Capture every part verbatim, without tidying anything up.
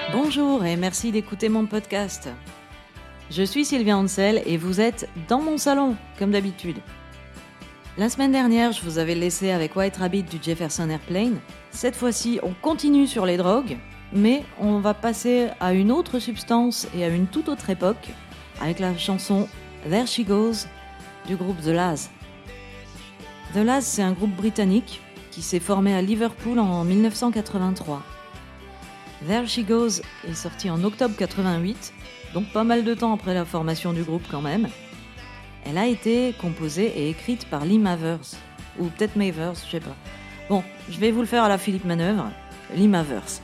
Bonjour et merci d'écouter mon podcast. Je suis Sylvia Ansel et vous êtes dans mon salon, comme d'habitude. La semaine dernière, je vous avais laissé avec White Rabbit du Jefferson Airplane. Cette fois-ci, on continue sur les drogues, mais on va passer à une autre substance et à une toute autre époque, avec la chanson There She Goes du groupe The La's. The La's, c'est un groupe britannique qui s'est formé à Liverpool en dix-neuf cent quatre-vingt-trois. There She Goes est sorti en octobre quatre-vingt-huit, donc pas mal de temps après la formation du groupe quand même. Elle a été composée et écrite par Lee Mavers, ou peut-être Mavers, je sais pas. Bon, je vais vous le faire à la Philippe Manœuvre, Lee Mavers.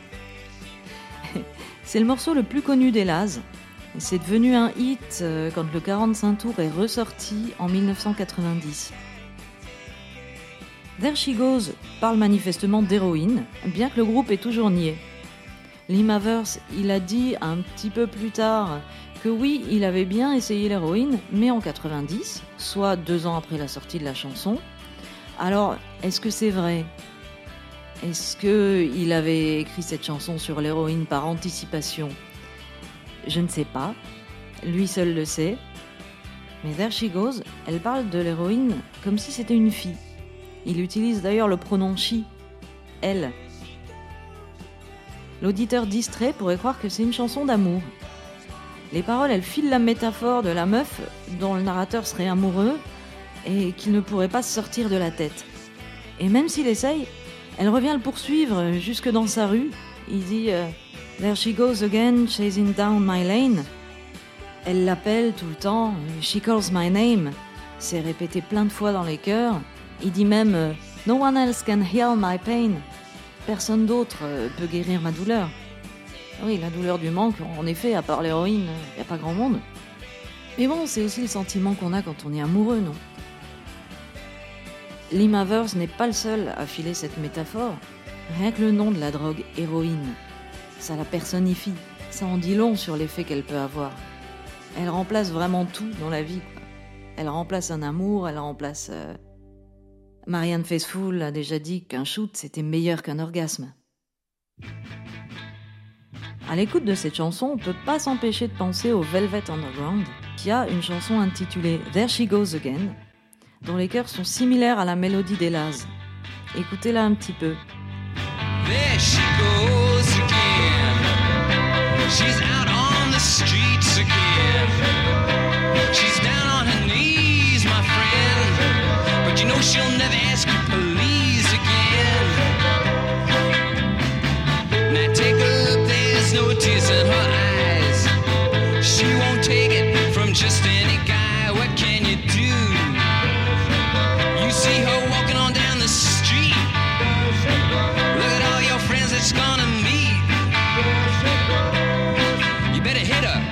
C'est le morceau le plus connu des La's, et c'est devenu un hit quand le quarante-cinq tours est ressorti en dix-neuf cent quatre-vingt-dix. There She Goes parle manifestement d'héroïne, bien que le groupe ait toujours nié. Lee Mavers, il a dit un petit peu plus tard que oui, il avait bien essayé l'héroïne, mais en quatre-vingt-dix, soit deux ans après la sortie de la chanson. Alors, est-ce que c'est vrai ? Est-ce qu'il avait écrit cette chanson sur l'héroïne par anticipation ? Je ne sais pas. Lui seul le sait. Mais There She Goes, elle parle de l'héroïne comme si c'était une fille. Il utilise d'ailleurs le pronom she, elle. L'auditeur distrait pourrait croire que c'est une chanson d'amour. Les paroles, elles filent la métaphore de la meuf dont le narrateur serait amoureux et qui ne pourrait pas se sortir de la tête. Et même s'il essaye, elle revient le poursuivre jusque dans sa rue. Il dit euh, « There she goes again, chasing down my lane ». Elle l'appelle tout le temps « She calls my name ». C'est répété plein de fois dans les chœurs. Il dit même euh, « No one else can heal my pain ». Personne d'autre euh, peut guérir ma douleur. Oui, la douleur du manque, en effet, à part l'héroïne, il n'y a pas grand monde. Mais bon, c'est aussi le sentiment qu'on a quand on est amoureux, non ? Lee Mavers n'est pas le seul à filer cette métaphore. Rien que le nom de la drogue, héroïne, ça la personnifie. Ça en dit long sur l'effet qu'elle peut avoir. Elle remplace vraiment tout dans la vie, quoi. Elle remplace un amour, elle remplace... Euh... Marianne Faithfull a déjà dit qu'un shoot, c'était meilleur qu'un orgasme. À l'écoute de cette chanson, on ne peut pas s'empêcher de penser au Velvet Underground, qui a une chanson intitulée There She Goes Again, dont les chœurs sont similaires à la mélodie des La's. Écoutez-la un petit peu. There she goes again. She's out on the streets again. She's down on her knees, my friend. But you know she'll never ask you please again. Now take a look, there's no tears in her eyes. She won't take it from just any guy. What can you do? You see her walking on down the street. Look at all your friends that's gonna meet. You better hit her.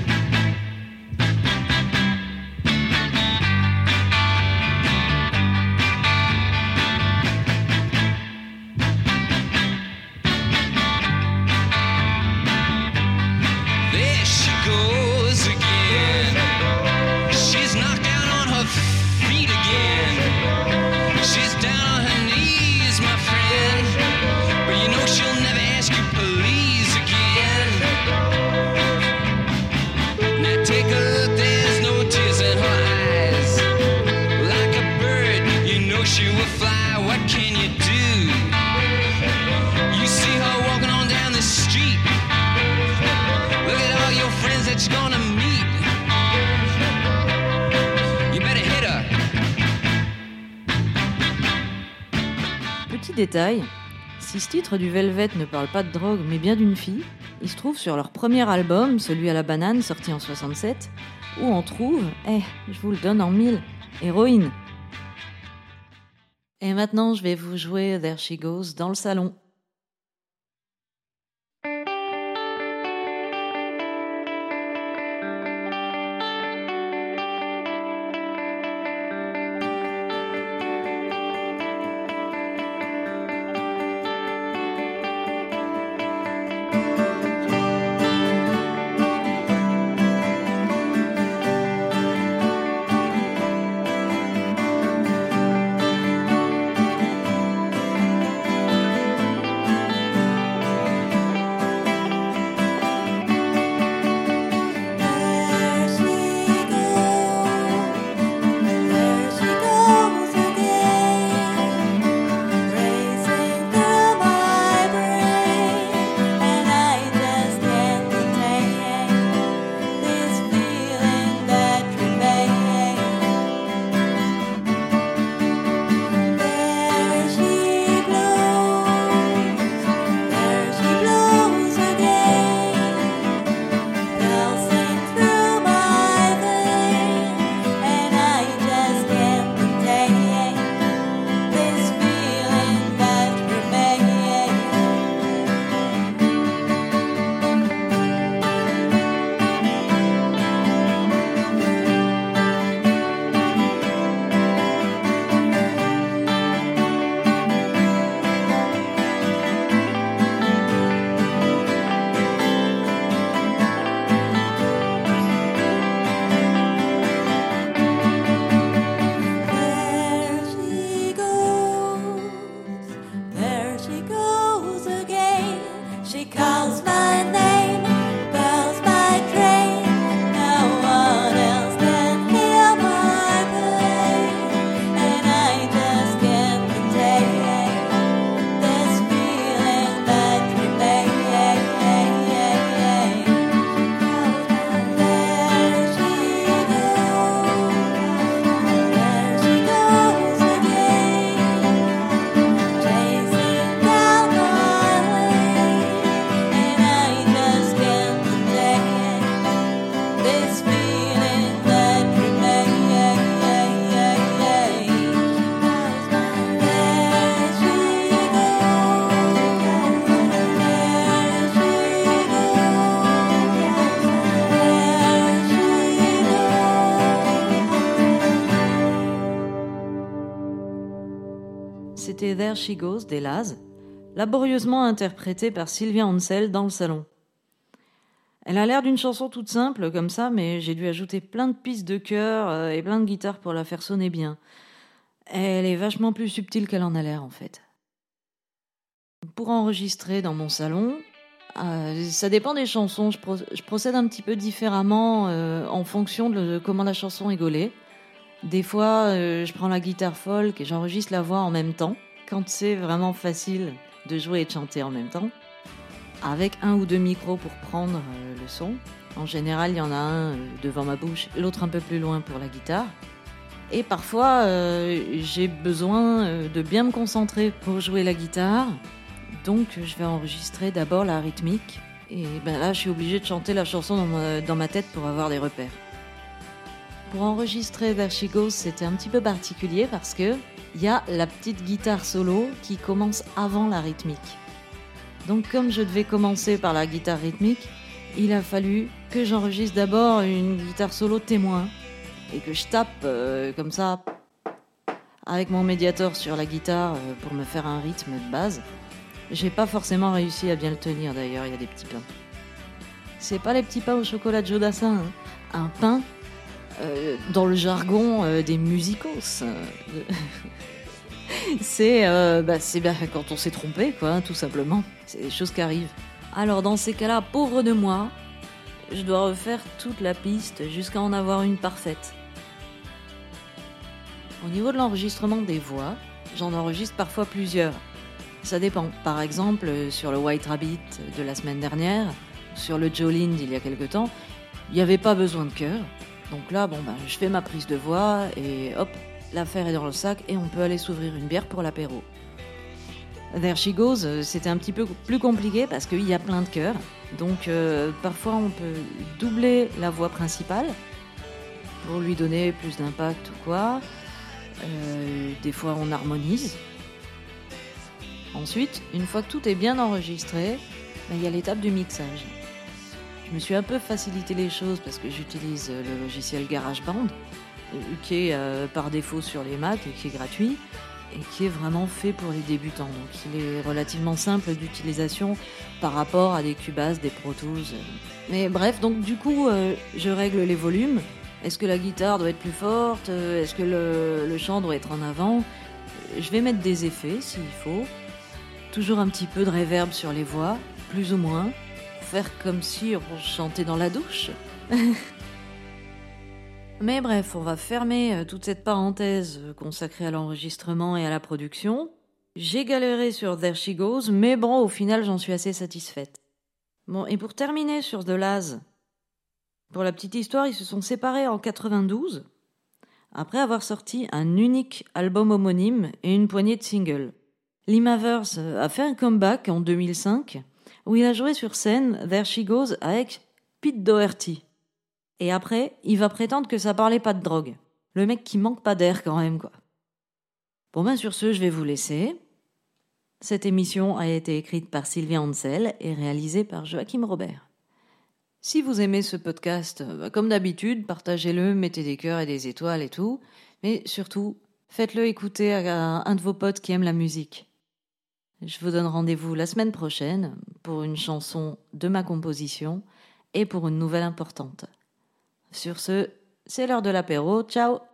There she goes again. She's knocked down on her feet again. She's down on her knees, my friend. But you know she'll never ask you please again. Now take a look, there's no tears in her eyes. Like a bird, you know she will fly. What can you do? You see her walking on down the street. Look at all your friends that you're gonna meet. You better hit her. Petit détail, si ce titre du Velvet ne parle pas de drogue mais bien d'une fille, il se trouve sur leur premier album, celui à la banane, sorti en soixante-sept, où on trouve, eh, je vous le donne en mille, héroïne. Et maintenant, je vais vous jouer There She Goes dans le salon. calls my name, bells my train. No one else can hear my pain, and I just can't contain this feeling that remains. There she goes, there she goes again, chasing down my lane, and I just can't contain this feeling that remains. There she C'était There She Goes des Laz, laborieusement interprétée par Sylvia Ansel dans le salon. Elle a l'air d'une chanson toute simple comme ça, mais j'ai dû ajouter plein de pistes de chœur euh, et plein de guitares pour la faire sonner bien. Elle est vachement plus subtile qu'elle en a l'air en fait. Pour enregistrer dans mon salon, euh, ça dépend des chansons. Je, pro- je procède un petit peu différemment euh, en fonction de comment la chanson est gaulée. Des fois, euh, je prends la guitare folk et j'enregistre la voix en même temps, quand c'est vraiment facile de jouer et de chanter en même temps, avec un ou deux micros pour prendre euh, le son. En général, il y en a un euh, devant ma bouche, l'autre un peu plus loin pour la guitare. Et parfois, euh, j'ai besoin euh, de bien me concentrer pour jouer la guitare, donc je vais enregistrer d'abord la rythmique. Et ben là, je suis obligée de chanter la chanson dans ma, dans ma tête pour avoir des repères. Pour enregistrer There She Goes, c'était un petit peu particulier parce que il y a la petite guitare solo qui commence avant la rythmique. Donc comme je devais commencer par la guitare rythmique, il a fallu que j'enregistre d'abord une guitare solo témoin et que je tape euh, comme ça avec mon médiator sur la guitare euh, pour me faire un rythme de base. J'ai pas forcément réussi à bien le tenir d'ailleurs, il y a des petits pains. C'est pas les petits pains au chocolat de Joe Dassin, hein. Un pain Euh, dans le jargon euh, des musicos. Euh, c'est euh, bah, c'est bah, quand on s'est trompé, quoi, hein, tout simplement. C'est des choses qui arrivent. Alors, dans ces cas-là, pauvre de moi, je dois refaire toute la piste jusqu'à en avoir une parfaite. Au niveau de l'enregistrement des voix, j'en enregistre parfois plusieurs. Ça dépend. Par exemple, sur le White Rabbit de la semaine dernière, sur le Jolene d'il y a quelque temps, il n'y avait pas besoin de chœur. Donc là, bon, ben, je fais ma prise de voix et hop, l'affaire est dans le sac et on peut aller s'ouvrir une bière pour l'apéro. There She Goes, c'était un petit peu plus compliqué parce qu'il y a plein de chœurs. Donc euh, parfois on peut doubler la voix principale pour lui donner plus d'impact ou quoi. Euh, des fois on harmonise. Ensuite, une fois que tout est bien enregistré, ben, il y a l'étape du mixage. Je me suis un peu facilité les choses parce que j'utilise le logiciel GarageBand, qui est euh, par défaut sur les Mac et qui est gratuit et qui est vraiment fait pour les débutants. Donc il est relativement simple d'utilisation par rapport à des Cubase, des Pro Tools. Mais bref, donc du coup, euh, je règle les volumes. Est-ce que la guitare doit être plus forte ? Est-ce que le, le chant doit être en avant ? Je vais mettre des effets s'il faut. Toujours un petit peu de reverb sur les voix, plus ou moins. Faire comme si on chantait dans la douche. Mais bref, on va fermer toute cette parenthèse consacrée à l'enregistrement et à la production. J'ai galéré sur There She Goes, mais bon, au final, j'en suis assez satisfaite. Bon, et pour terminer sur The Laz, pour la petite histoire, ils se sont séparés en quatre-vingt-douze, après avoir sorti un unique album homonyme et une poignée de singles. Lee Mavers a fait un comeback en deux mille cinq, où il a joué sur scène There She Goes avec Pete Doherty. Et après, il va prétendre que ça parlait pas de drogue. Le mec qui manque pas d'air quand même, quoi. Bon ben sur ce, je vais vous laisser. Cette émission a été écrite par Sylvia Ansel et réalisée par Joachim Robert. Si vous aimez ce podcast, bah comme d'habitude, partagez-le, mettez des cœurs et des étoiles et tout. Mais surtout, faites-le écouter à un de vos potes qui aime la musique. Je vous donne rendez-vous la semaine prochaine pour une chanson de ma composition et pour une nouvelle importante. Sur ce, c'est l'heure de l'apéro. Ciao!